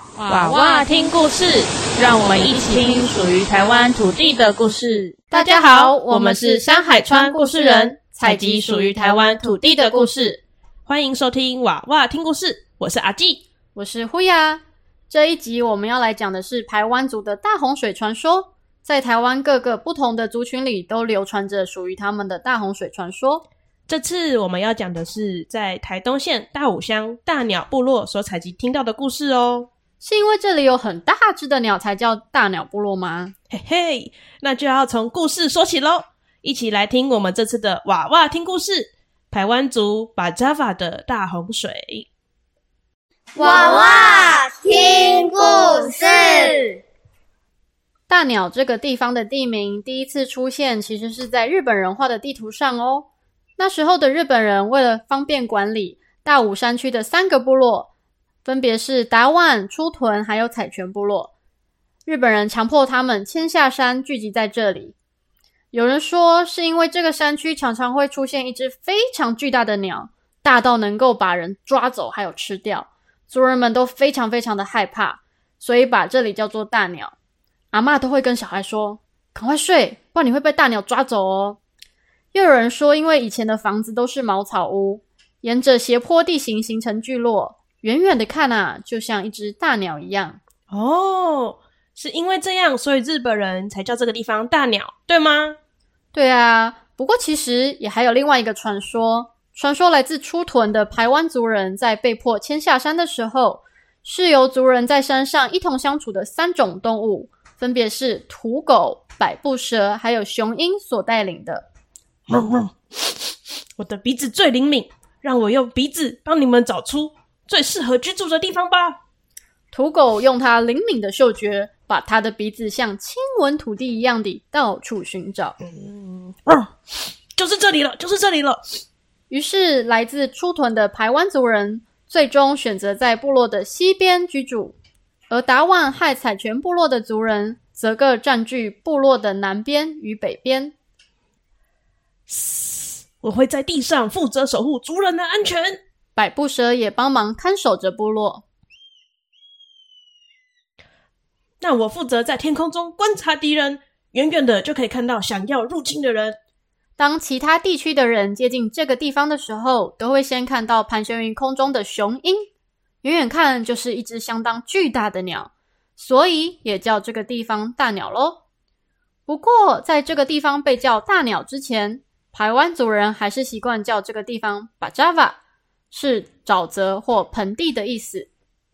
娃娃听故事，让我们一起听属于台湾土地的故事。大家好，我们是山海川故事人，采集属于台湾土地的故事。欢迎收听娃娃听故事，我是阿纪， 我是呼呀。这一集我们要来讲的是排湾族的大洪水传说。在台湾各个不同的族群里都流传着属于他们的大洪水传说。 这次我们要讲的是在台东县大武乡大鸟部落所采集听到的故事哦。 是因为这里有很大只的鸟才叫大鸟部落吗？ 嘿嘿，那就要从故事说起咯。一起来听我们这次的娃娃听故事，排湾族巴扎法的大洪水。 娃娃听故事。 大鸟这个地方的地名第一次出现其实是在日本人画的地图上哦。那时候的日本人为了方便管理大武山区的3个部落，分别是达万、出屯还有彩泉部落。日本人强迫他们迁下山聚集在这里。有人说是因为这个山区常常会出现一只非常巨大的鸟，大到能够把人抓走还有吃掉，族人们都非常非常的害怕，所以把这里叫做大鸟。阿嬷都会跟小孩说，赶快睡，不然你会被大鸟抓走哦。又有人说因为以前的房子都是茅草屋，沿着斜坡地形形成聚落，远远的看啊，就像一只大鸟一样。 哦，是因为这样，所以日本人才叫这个地方大鸟，对吗？ 对啊，不过其实也还有另外一个传说。传说来自出屯的排湾族人在被迫迁下山的时候，是由族人在山上一同相处的3种动物，分别是土狗、百步蛇还有雄鹰所带领的。 我的鼻子最灵敏，让我用鼻子帮你们找出最适合居住的地方吧。 土狗用它灵敏的嗅觉，把它的鼻子像亲吻土地一样地到处寻找。 就是这里了，就是这里了。 于是来自出屯的排湾族人最终选择在部落的西边居住，而达万和彩泉部落的族人则各占据部落的南边与北边。 我会在地上负责守护族人的安全。 百步蛇也帮忙看守着部落。 那我负责在天空中观察敌人，远远的就可以看到想要入侵的人。 当其他地区的人接近这个地方的时候，都会先看到盘旋于空中的雄鹰，远远看就是一只相当巨大的鸟，所以也叫这个地方大鸟咯。不过在这个地方被叫大鸟之前，排湾族人还是习惯叫这个地方巴扎瓦，是沼泽或盆地的意思。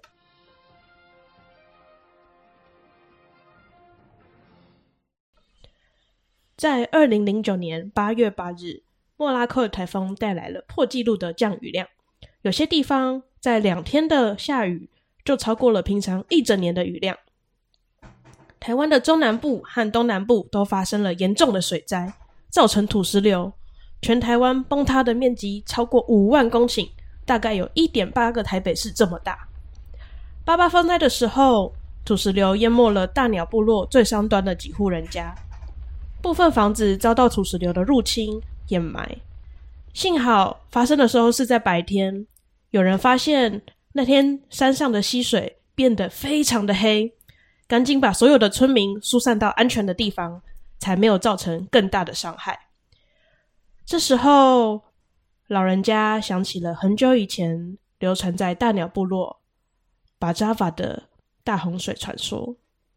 在2009年8月8日，莫拉克台风带来了破纪录的降雨量，有些地方在2天的下雨就超过了平常1整年的雨量。台湾的中南部和东南部都发生了严重的水灾，造成土石流，全台湾崩塌的面积超过5万公顷，大概有 1.8 个台北市这么大。88风灾的时候，土石流淹没了大鸟部落最上端的几户人家，部分房子遭到土石流的入侵掩埋。幸好发生的时候是在白天，有人发现那天山上的溪水变得非常的黑，赶紧把所有的村民疏散到安全的地方，才没有造成更大的伤害。这时候老人家想起了很久以前流传在大鸟部落巴扎法的大洪水传说。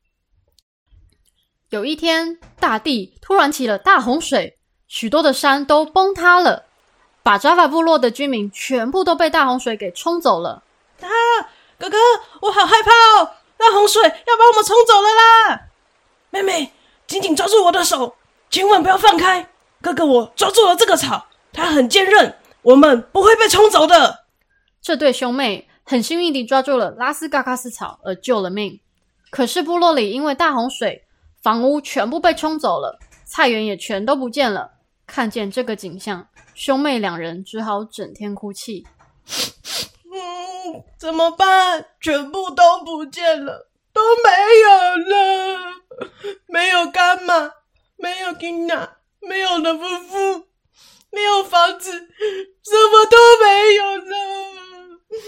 有一天，大地突然起了大洪水，许多的山都崩塌了，巴扎法部落的居民全部都被大洪水给冲走了。 哥哥，我好害怕哦！大洪水要把我们冲走了啦！妹妹，紧紧抓住我的手，千万不要放开。哥哥，我抓住了这个草，它很坚韧，我们不会被冲走的。 这对兄妹很幸运地抓住了拉斯嘎卡斯草而救了命。可是部落里因为大洪水，房屋全部被冲走了，菜园也全都不见了。看见这个景象，兄妹2人只好整天哭泣。 怎么办？全部都不见了，都没有了。没有干妈，没有金娜，没有了夫妇，没有房子，什么都没有了。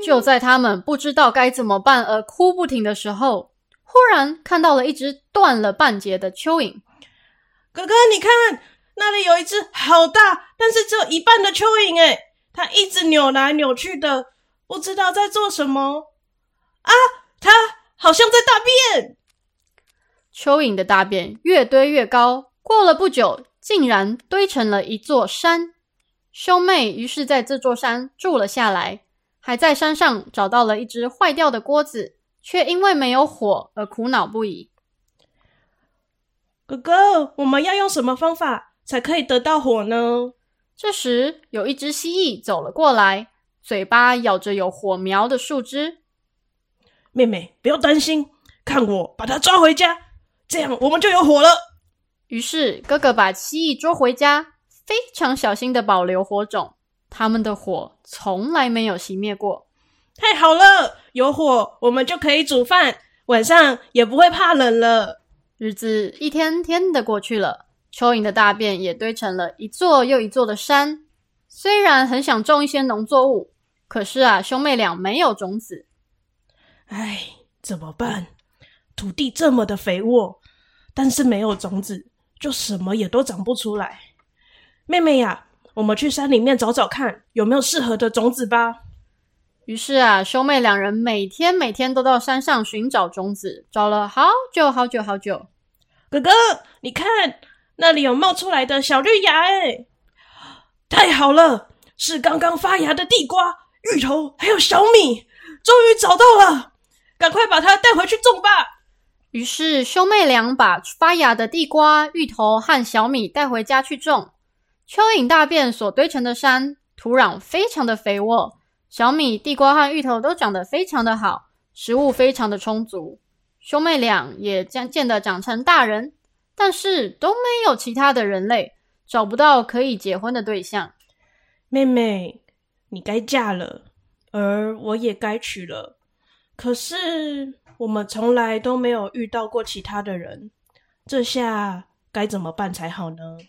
就在他们不知道该怎么办而哭不停的时候，忽然看到了一只断了半截的蚯蚓。 哥哥，你看，那里有一只好大，但是只有一半的蚯蚓诶，它一直扭来扭去的，不知道在做什么。啊，它好像在大便。 蚯蚓的大便越堆越高，过了不久，竟然堆成了一座山。兄妹于是在这座山住了下来，还在山上找到了一只坏掉的锅子，却因为没有火而苦恼不已。 哥哥，我们要用什么方法才可以得到火呢？ 这时，有一只蜥蜴走了过来，嘴巴咬着有火苗的树枝。 妹妹，不要担心，看我把它抓回家，这样我们就有火了。 于是，哥哥把蜥蜴捉回家，非常小心的保留火种。他们的火从来没有熄灭过。 太好了，有火，我们就可以煮饭，晚上也不会怕冷了。 日子一天天的过去了，蚯蚓的大便也堆成了一座又一座的山。虽然很想种一些农作物，可是兄妹俩没有种子。 唉，怎么办？土地这么的肥沃，但是没有种子，就什么也都长不出来。妹妹呀，我们去山里面找找看，有没有适合的种子吧。 于是兄妹两人每天都到山上寻找种子，找了好久。 哥哥，你看，那里有冒出来的小绿芽诶！太好了，是刚刚发芽的地瓜、芋头还有小米，终于找到了，赶快把它带回去种吧。 于是兄妹俩把发芽的地瓜、芋头和小米带回家去种。蚯蚓大便所堆成的山，土壤非常的肥沃，小米、地瓜和芋头都长得非常的好，食物非常的充足。兄妹俩也渐得长成大人，但是都没有其他的人类，找不到可以结婚的对象。 妹妹，你该嫁了，而我也该娶了。可是我们从来都没有遇到过其他的人，这下该怎么办才好呢？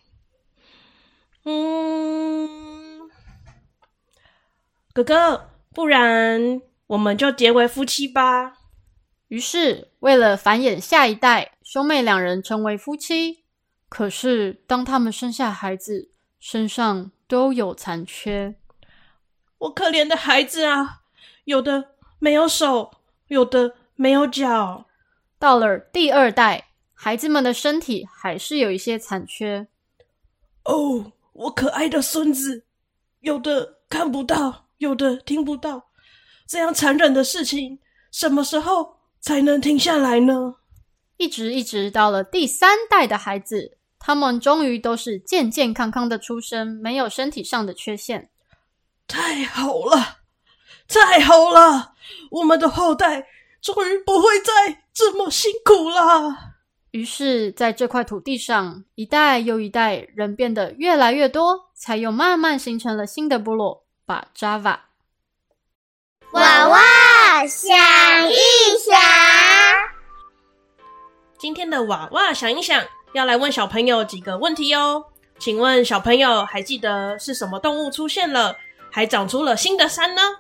哥哥，不然我们就结为夫妻吧。 于是，为了繁衍下一代，兄妹两人成为夫妻。可是，当他们生下孩子，身上都有残缺。 我可怜的孩子啊，有的没有手，有的没有脚。 到了第二代，孩子们的身体还是有一些残缺。 哦，我可爱的孙子，有的看不到，有的听不到。这样残忍的事情，什么时候才能停下来呢？ 一直到了第三代的孩子，他们终于都是健健康康的出生，没有身体上的缺陷。 太好了，太好了，我们的后代终于不会再这么辛苦了。 于是在这块土地上，一代又一代人变得越来越多，才又慢慢形成了新的部落巴扎瓦。 娃娃想一想， 今天的娃娃想一想，要来问小朋友几个问题哦。请问小朋友还记得是什么动物出现了，还长出了新的山呢？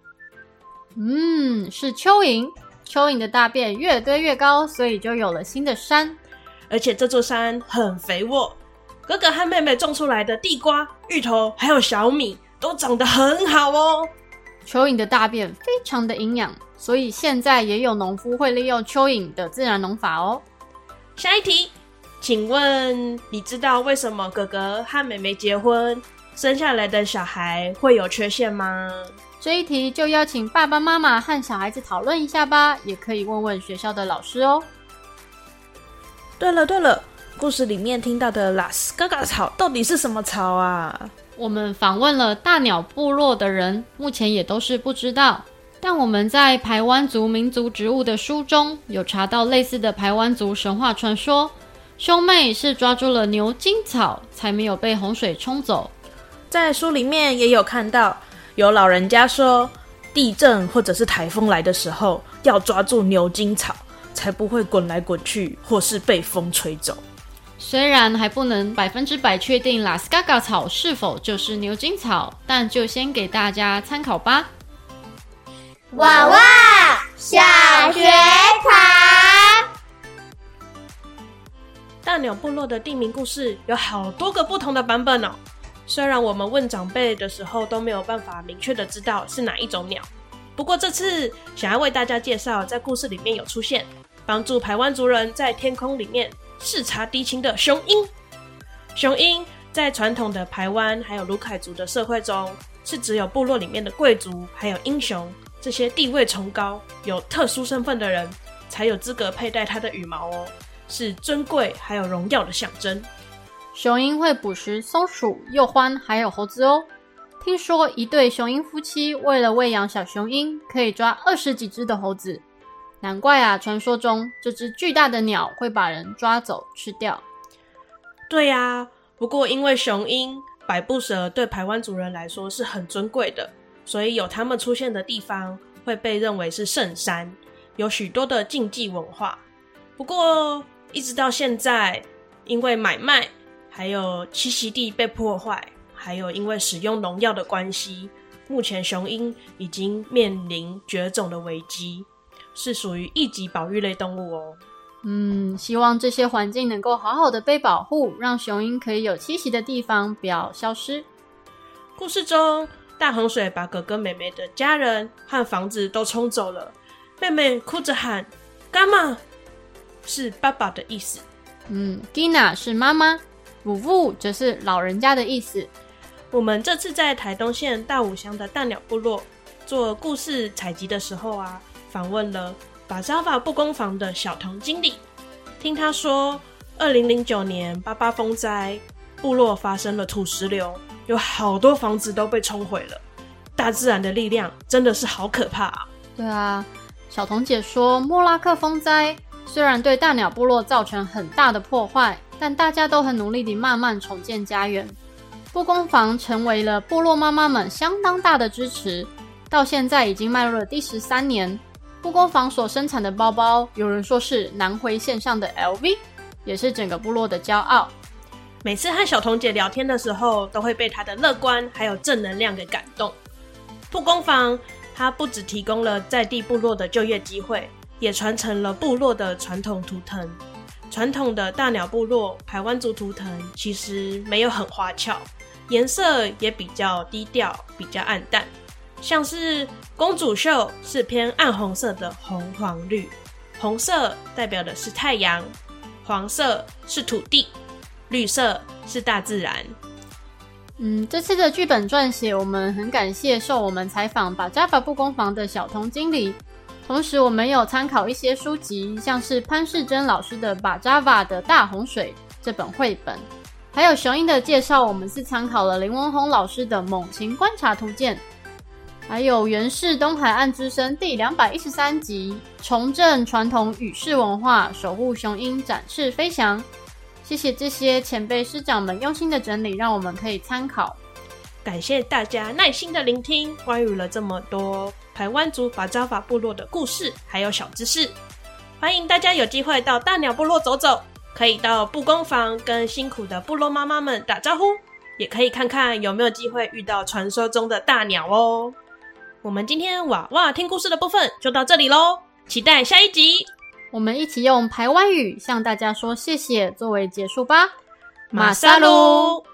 是蚯蚓。蚯蚓的大便越堆越高，所以就有了新的山。 而且这座山很肥沃，哥哥和妹妹种出来的地瓜、芋头还有小米都长得很好哦。 蚯蚓的大便非常的营养，所以现在也有农夫会利用蚯蚓的自然农法哦。 下一题，请问你知道为什么哥哥和妹妹结婚生下来的小孩会有缺陷吗？ 这一题就邀请爸爸妈妈和小孩子讨论一下吧，也可以问问学校的老师哦。 对了，故事里面听到的拉斯嘎嘎草到底是什么草啊？ 我们访问了大鸟部落的人，目前也都是不知道。但我们在排湾族民族植物的书中有查到类似的排湾族神话传说，兄妹是抓住了牛筋草才没有被洪水冲走。 在书里面也有看到，有老人家说，地震或者是台风来的时候，要抓住牛筋草，才不会滚来滚去，或是被风吹走。 虽然还不能100%确定拉斯嘎嘎草是否就是牛筋草，但就先给大家参考吧。 娃娃小学堂。 大鸟部落的地名故事有好多个不同的版本哦。虽然我们问长辈的时候都没有办法明确的知道是哪一种鸟，不过这次想要为大家介绍在故事里面有出现，帮助排湾族人在天空里面视察敌情的雄鹰。雄鹰在传统的排湾还有鲁凯族的社会中，是只有部落里面的贵族还有英雄这些地位崇高有特殊身份的人才有资格佩戴它的羽毛哦，是尊贵还有荣耀的象征。 雄鹰会捕食松鼠、鼬獾还有猴子哦。听说一对雄鹰夫妻为了喂养小雄鹰，可以抓20几只的猴子。难怪啊，传说中这只巨大的鸟会把人抓走吃掉。 对啊，不过因为雄鹰、百步蛇对排湾族人来说是很尊贵的，所以有它们出现的地方会被认为是圣山，有许多的禁忌文化。不过一直到现在，因为买卖还有栖息地被破坏，还有因为使用农药的关系，目前雄鹰已经面临绝种的危机，是属于一级保育类动物哦。 希望这些环境能够好好的被保护，让雄鹰可以有栖息的地方，不要消失。 故事中，大洪水把哥哥妹妹的家人和房子都冲走了，妹妹哭着喊干妈，是爸爸的意思。 Gina 是妈妈，vuvu则是老人家的意思。 我们这次在台东县大武乡的大鸟部落做故事采集的时候啊，访问了巴扎瓦布工坊的小童经理，听他说2009年88风灾，部落发生了土石流，有好多房子都被冲毁了。大自然的力量真的是好可怕啊。 对啊，小童姐说莫拉克风灾虽然对大鸟部落造成很大的破坏，但大家都很努力地慢慢重建家园。布工坊成为了部落妈妈们相当大的支持，到现在已经迈入了第13年。布工坊所生产的包包，有人说是南回线上的 LV， 也是整个部落的骄傲。 每次和小童姐聊天的时候，都会被她的乐观还有正能量给感动。布工坊它不只提供了在地部落的就业机会，也传承了部落的传统图腾。传统的大鸟部落排湾族图腾其实没有很花俏，颜色也比较低调，比较暗淡。像是公主袖是偏暗红色的红黄绿，红色代表的是太阳，黄色是土地，绿色是大自然。 这次的剧本撰写，我们很感谢受我们采访巴扎瓦布工坊的小童经理。同时我们有参考一些书籍，像是潘世珍老师的巴扎瓦的大洪水这本绘本，还有雄鹰的介绍，我们是参考了林文宏老师的猛禽观察图鉴，还有源氏东海岸之声第213集重振传统羽式文化，守护雄鹰展翅飞翔。谢谢这些前辈师长们用心的整理，让我们可以参考。 感谢大家耐心的聆听，关于了这么多排湾族巴扎瓦部落的故事还有小知识。欢迎大家有机会到大鸟部落走走，可以到布工坊跟辛苦的部落妈妈们打招呼，也可以看看有没有机会遇到传说中的大鸟哦。我们今天娃娃听故事的部分就到这里咯，期待下一集。 我们一起用排湾语向大家说谢谢作为结束吧。 马萨鲁。